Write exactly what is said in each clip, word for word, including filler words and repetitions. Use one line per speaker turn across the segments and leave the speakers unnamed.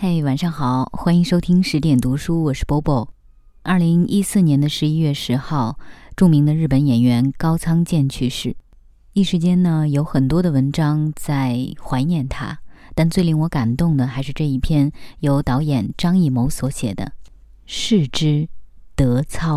嘿、hey, 晚上好，欢迎收听十点读书，我是 Bobo。二零一四年的十一月十号，著名的日本演员高仓健去世。一时间呢，有很多的文章在怀念他，但最令我感动的还是这一篇由导演张艺谋所写的《逝之德操》。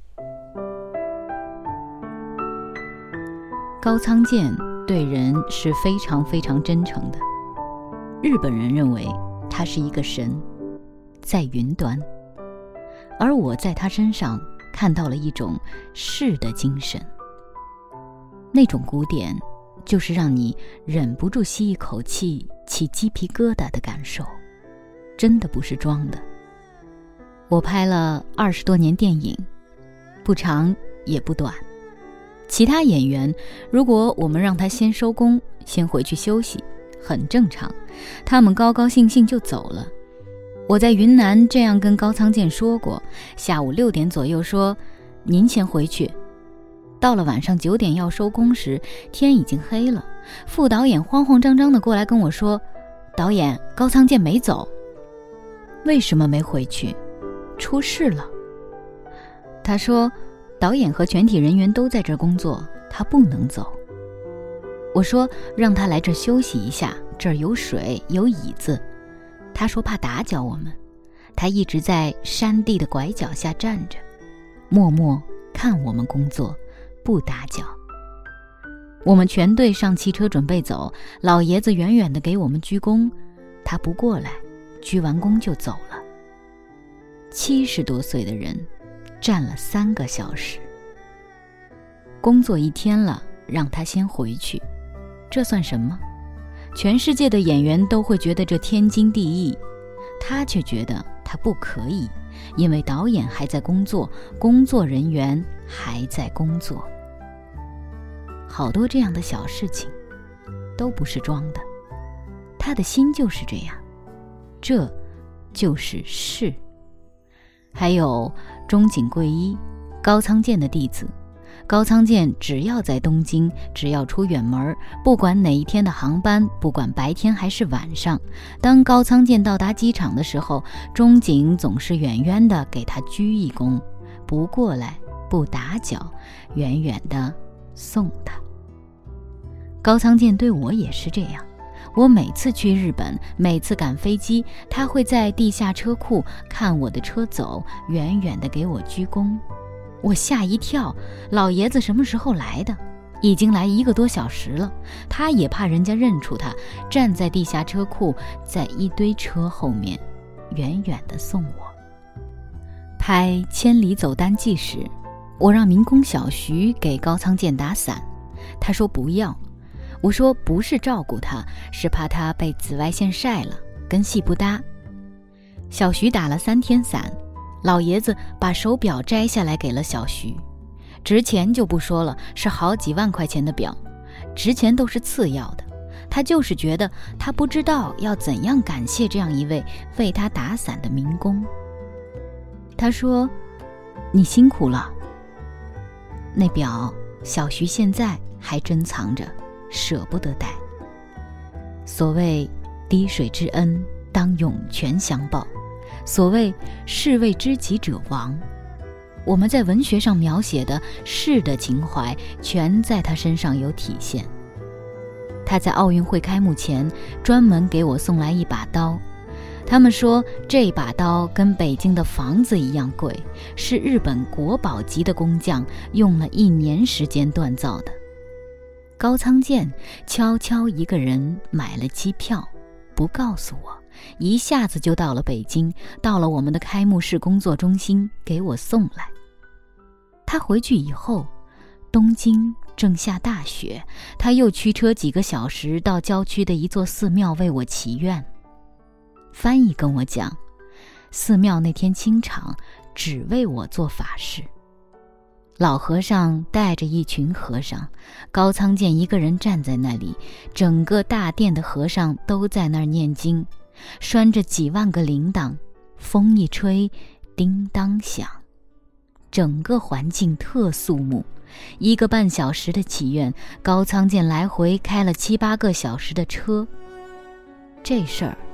高仓健对人是非常非常真诚的，日本人认为他是一个神，在云端，而我在他身上看到了一种士的精神。那种古典，就是让你忍不住吸一口气，起鸡皮疙瘩的感受，真的不是装的。我拍了二十多年电影，不长也不短。其他演员，如果我们让他先收工，先回去休息，很正常，他们高高兴兴就走了。我在云南这样跟高仓健说过，下午六点左右说，您先回去。到了晚上九点要收工时，天已经黑了，副导演慌慌张张地过来跟我说，导演，高仓健没走。为什么没回去？出事了。他说，导演和全体人员都在这儿工作，他不能走。我说让他来这儿休息一下，这儿有水有椅子。他说怕打搅我们，他一直在山地的拐角下站着，默默看我们工作，不打搅。我们全队上汽车准备走，老爷子远远地给我们鞠躬，他不过来，鞠完躬就走了。七十多岁的人站了三个小时，工作一天了，让他先回去，这算什么？全世界的演员都会觉得这天经地义，他却觉得他不可以，因为导演还在工作，工作人员还在工作。好多这样的小事情都不是装的，他的心就是这样，这就是士。还有中井贵一，高仓健的弟子。高仓健只要在东京，只要出远门，不管哪一天的航班，不管白天还是晚上，当高仓健到达机场的时候，中井总是远远地给他鞠一躬，不过来，不打搅，远远地送他。高仓健对我也是这样，我每次去日本，每次赶飞机，他会在地下车库看我的车走，远远地给我鞠躬。我吓一跳，老爷子什么时候来的？已经来一个多小时了，他也怕人家认出他，站在地下车库，在一堆车后面，远远地送我。拍《千里走单骑》时，我让民工小徐给高仓健打伞，他说不要。我说不是照顾他，是怕他被紫外线晒了，跟戏不搭。小徐打了三天伞，老爷子把手表摘下来给了小徐，值钱就不说了，是好几万块钱的表，值钱都是次要的。他就是觉得他不知道要怎样感谢这样一位为他打伞的民工。他说，你辛苦了。那表小徐现在还珍藏着，舍不得带。所谓滴水之恩，当涌泉相报，所谓士为知己者亡，我们在文学上描写的士的情怀全在他身上有体现。他在奥运会开幕前专门给我送来一把刀，他们说这把刀跟北京的房子一样贵，是日本国宝级的工匠用了一年时间锻造的。高仓健悄悄一个人买了机票，不告诉我，一下子就到了北京，到了我们的开幕式工作中心给我送来。他回去以后，东京正下大雪，他又驱车几个小时到郊区的一座寺庙为我祈愿。翻译跟我讲，寺庙那天清场，只为我做法事。老和尚带着一群和尚，高仓健一个人站在那里，整个大殿的和尚都在那儿念经，拴着几万个铃铛，风一吹，叮当响，整个环境特肃穆。一个半小时的祈愿，高仓健来回开了七八个小时的车。这事儿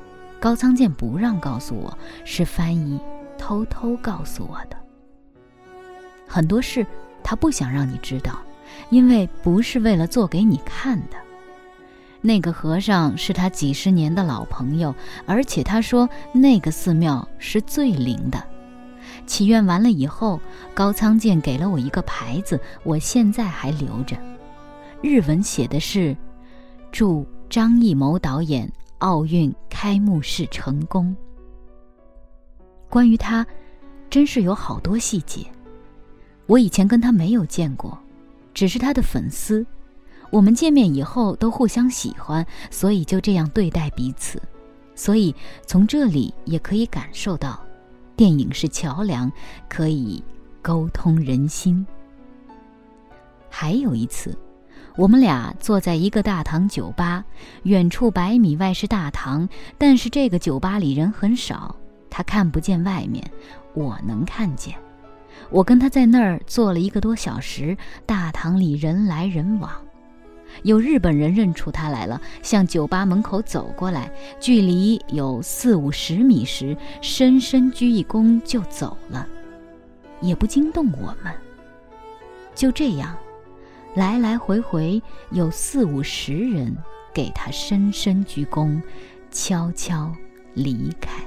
高仓健不让告诉我，是翻译偷偷告诉我的。很多事他不想让你知道，因为不是为了做给你看的。那个和尚是他几十年的老朋友，而且他说那个寺庙是最灵的。祈愿完了以后，高仓健给了我一个牌子，我现在还留着。日文写的是祝张艺谋导演奥运开幕式成功。关于他真是有好多细节，我以前跟他没有见过，只是他的粉丝。我们见面以后都互相喜欢，所以就这样对待彼此。所以从这里也可以感受到，电影是桥梁，可以沟通人心。还有一次，我们俩坐在一个大堂酒吧，远处百米外是大堂，但是这个酒吧里人很少，他看不见外面，我能看见。我跟他在那儿坐了一个多小时，大堂里人来人往。有日本人认出他来了，向酒吧门口走过来，距离有四五十米时，深深鞠一躬就走了，也不惊动我们。就这样，来来回回有四五十人给他深深鞠躬，悄悄离开。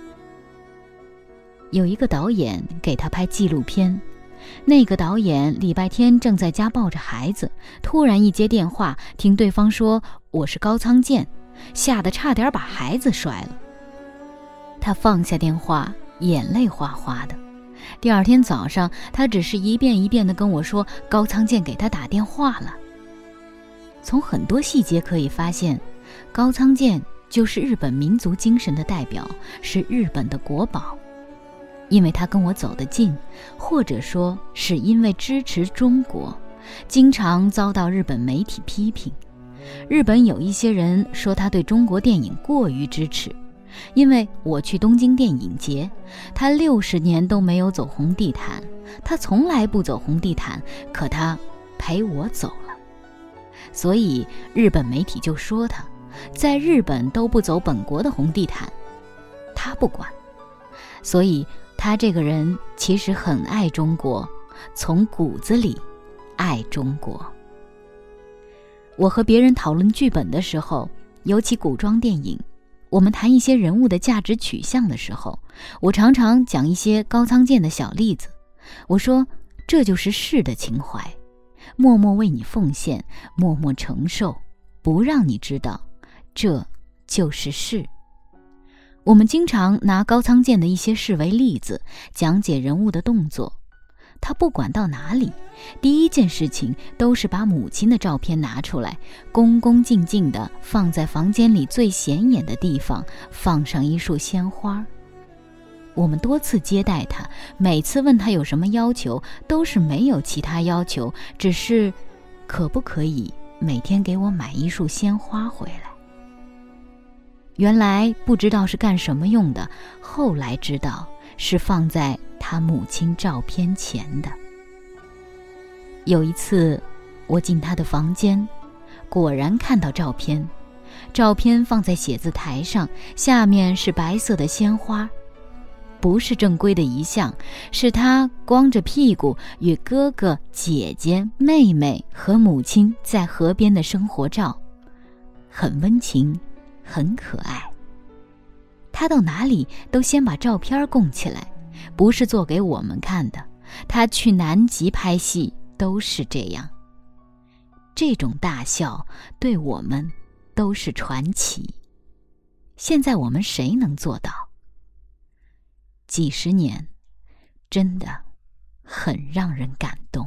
有一个导演给他拍纪录片，那个导演礼拜天正在家抱着孩子，突然一接电话，听对方说我是高仓健，吓得差点把孩子摔了。他放下电话，眼泪哗哗的。第二天早上，他只是一遍一遍地跟我说高仓健给他打电话了。从很多细节可以发现，高仓健就是日本民族精神的代表，是日本的国宝。因为他跟我走得近，或者说是因为支持中国，经常遭到日本媒体批评。日本有一些人说他对中国电影过于支持，因为我去东京电影节，他六十年都没有走红地毯，他从来不走红地毯，可他陪我走了。所以日本媒体就说他在日本都不走本国的红地毯，他不管。所以他这个人其实很爱中国，从骨子里爱中国。我和别人讨论剧本的时候，尤其古装电影，我们谈一些人物的价值取向的时候，我常常讲一些高仓健的小例子。我说这就是士的情怀，默默为你奉献，默默承受，不让你知道，这就是士。我们经常拿高仓健的一些事为例子，讲解人物的动作。他不管到哪里，第一件事情都是把母亲的照片拿出来，恭恭敬敬地放在房间里最显眼的地方，放上一束鲜花。我们多次接待他，每次问他有什么要求，都是没有其他要求，只是可不可以每天给我买一束鲜花回来。原来不知道是干什么用的，后来知道是放在他母亲照片前的。有一次我进他的房间，果然看到照片，照片放在写字台上，下面是白色的鲜花，不是正规的遗像，是他光着屁股与哥哥、姐姐、妹妹和母亲在河边的生活照，很温情，很可爱。他到哪里都先把照片供起来，不是做给我们看的，他去南极拍戏都是这样。这种大笑对我们都是传奇，现在我们谁能做到？几十年，真的很让人感动。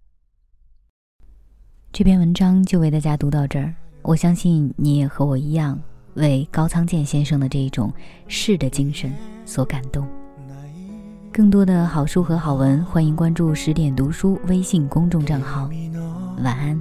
这篇文章就为大家读到这儿，我相信你也和我一样，为高仓健先生的这种士的精神所感动。更多的好书和好文，欢迎关注十点读书微信公众账号。晚安。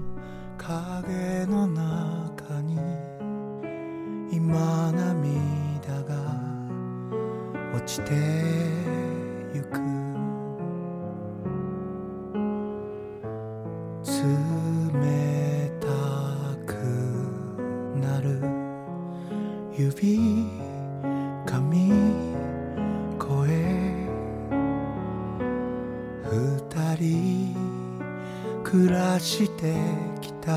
指暮らしてきた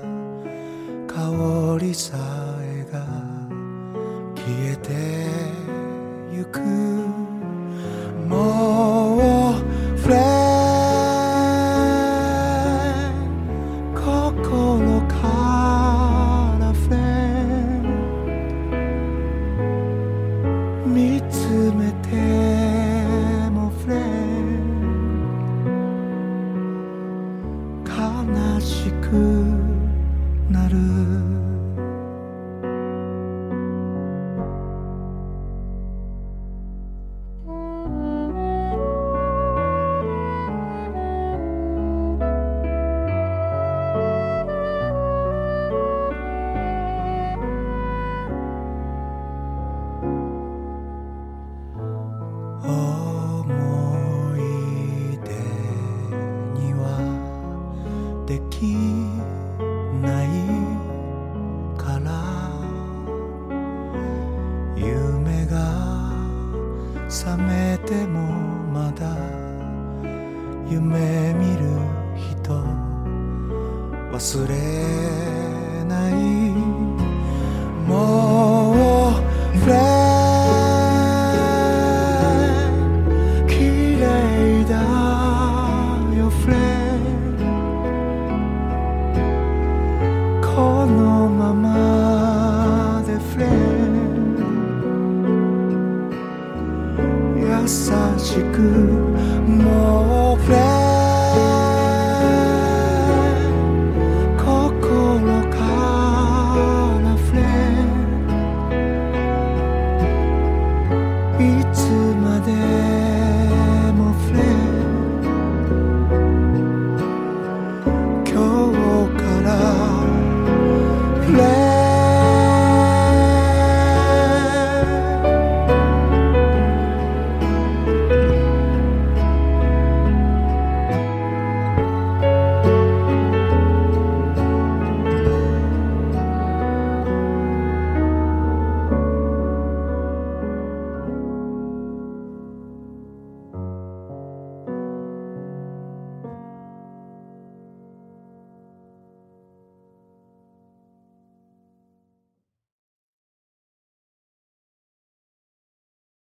香りさえが消えてゆくもうフレン心からフレン見つめてもフレン悲しくなる覚めてもまだ夢見る人忘れないもうフレン綺麗だよフレンこのままでフレン優しくもうフレン心からフレンいつまでもフレン今日からフレン